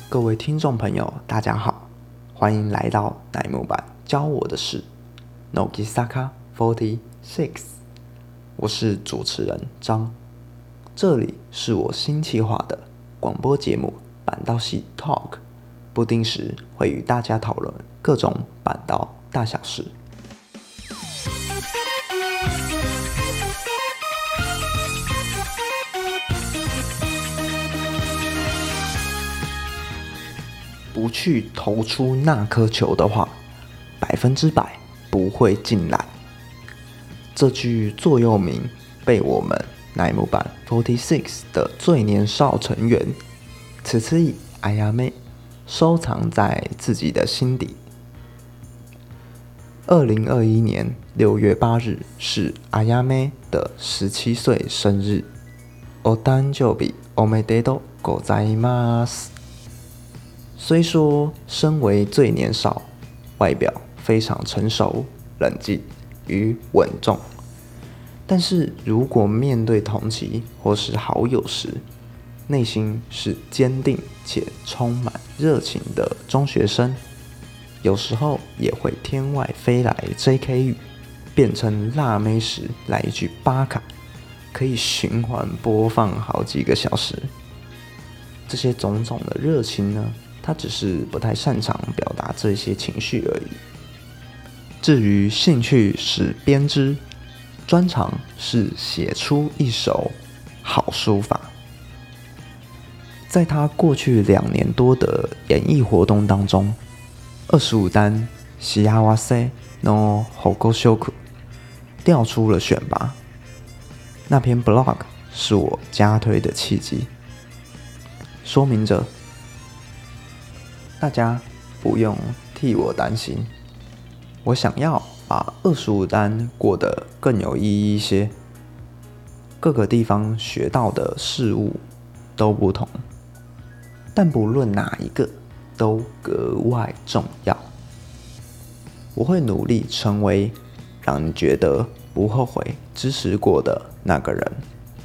各位听众朋友，大家好，欢迎来到乃木坂教我的事 Nogisaka 46，我是主持人张，这里是我新企划的广播节目坂道系 Talk， 不定时会与大家讨论各种坂道大小事。不去投出那颗球的话，100%不会进来。这句座右铭被我们乃木坂46的最年少成员此次以阿亚妹收藏在自己的心底。2021年6月8日是阿亚妹的17岁生日。お誕生日おめでとうございます。虽说身为最年少，外表非常成熟、冷静与稳重，但是如果面对同期或是好友时，内心是坚定且充满热情的中学生，有时候也会天外飞来 JK 语，变成辣妹时来一句巴卡，可以循环播放好几个小时。这些种种的热情呢，他只是不太擅长表达这些情绪而已。至于兴趣是编织，专长是写出一手好书法。在他过去2年多的演艺活动当中，25单幸せの保護色调出了选拔。那篇 blog 是我加推的契机，说明着大家不用替我担心，我想要把25单过得更有意义一些。各个地方学到的事物都不同，但不论哪一个都格外重要。我会努力成为让你觉得不后悔支持过的那个人。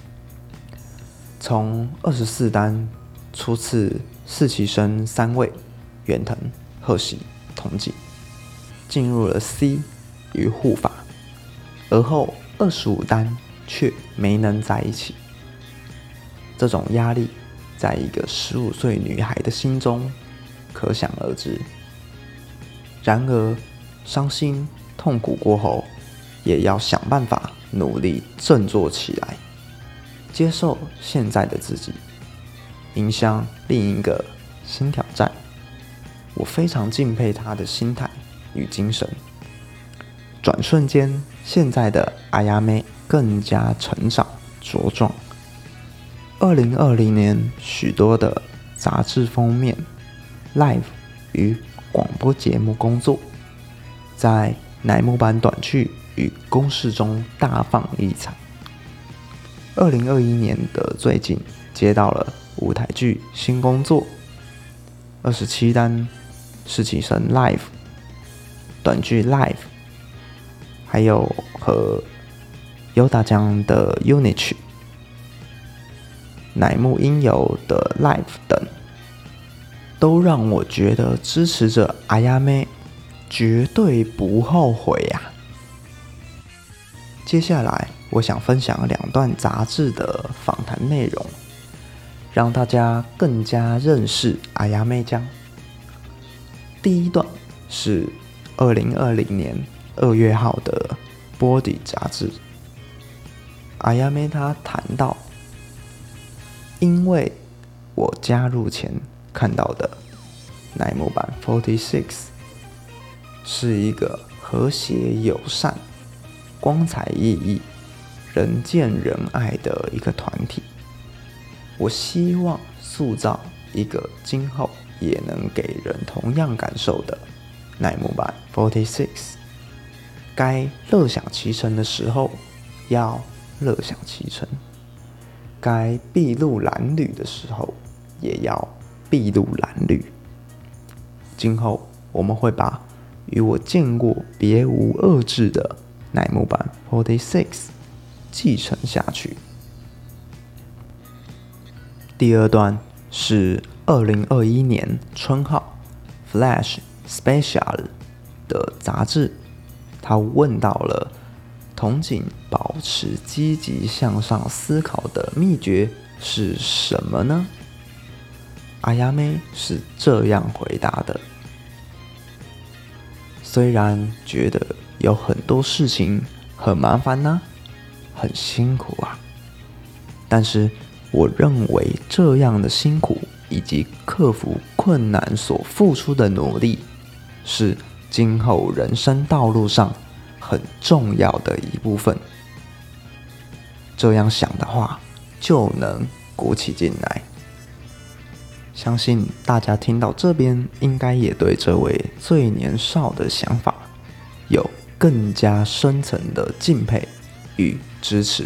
从24单初次4期生3位远藤、贺喜、桐纪进入了 C 与护法，而后25单却没能在一起。这种压力在一个15岁女孩的心中可想而知。然而伤心痛苦过后，也要想办法努力振作起来，接受现在的自己，迎向另一个新挑战。我非常敬佩他的心态与精神。转瞬间，现在的阿亚妹更加成长茁壮。2020年许多的杂志封面、live 与广播节目工作，在乃木坂短剧与公式中大放异彩。2021年的最近接到了舞台剧新工作，27单实习生 live 短剧 live， 还有和优大江的 unit 乃木应有的 live 等，都让我觉得支持着阿亚妹绝对不后悔呀。接下来我想分享2段杂志的访谈内容，让大家更加认识阿亚妹江。第一段是2020年2月号的 Body 杂志，阿亚妹她谈到，因为我加入前看到的乃木坂46是一个和谐友善、光彩熠熠、人见人爱的一个团体。我希望塑造一个今后也能给人同样感受的乃木坂46。该乐享其成的时候要乐享其成，该筚路蓝缕的时候也要筚路蓝缕。今后我们会把与我见过别无二致的乃木坂46继承下去。第二段是 2021年春号 Flash Special 的杂志，他问到了筒井保持积极向上思考的秘诀是什么呢？阿亚妹是这样回答的：虽然觉得有很多事情很麻烦呢，很辛苦啊，但是我认为这样的辛苦以及克服困难所付出的努力，是今后人生道路上很重要的一部分。这样想的话，就能鼓起劲来。相信大家听到这边，应该也对这位最年少的想法有更加深层的敬佩与支持。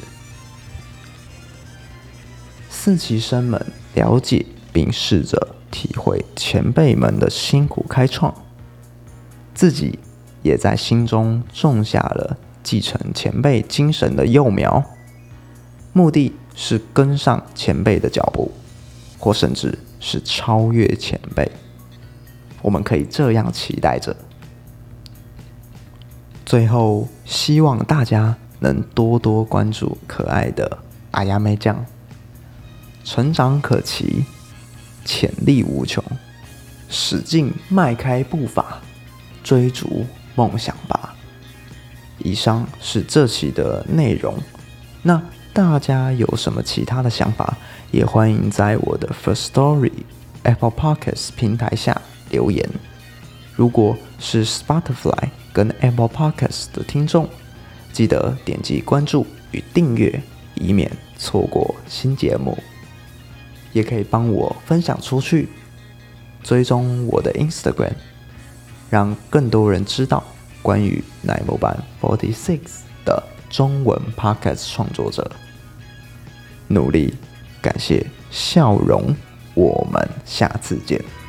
四期生们了解并试着体会前辈们的辛苦开创，自己也在心中种下了继承前辈精神的幼苗，目的是跟上前辈的脚步，或甚至是超越前辈。我们可以这样期待着。最后，希望大家能多多关注可爱的阿亚妹酱，成长可期，潜力无穷，使劲迈开步伐，追逐梦想吧。以上是这期的内容，那大家有什么其他的想法，也欢迎在我的 Firstory、Apple Podcasts 平台下留言。如果是 Spotify 跟 Apple Podcasts 的听众，记得点击关注与订阅，以免错过新节目。也可以帮我分享出去，追踪我的 Instagram， 让更多人知道关于乃木坂46的中文 Podcast 创作者。努力，感谢，笑容，我们下次见。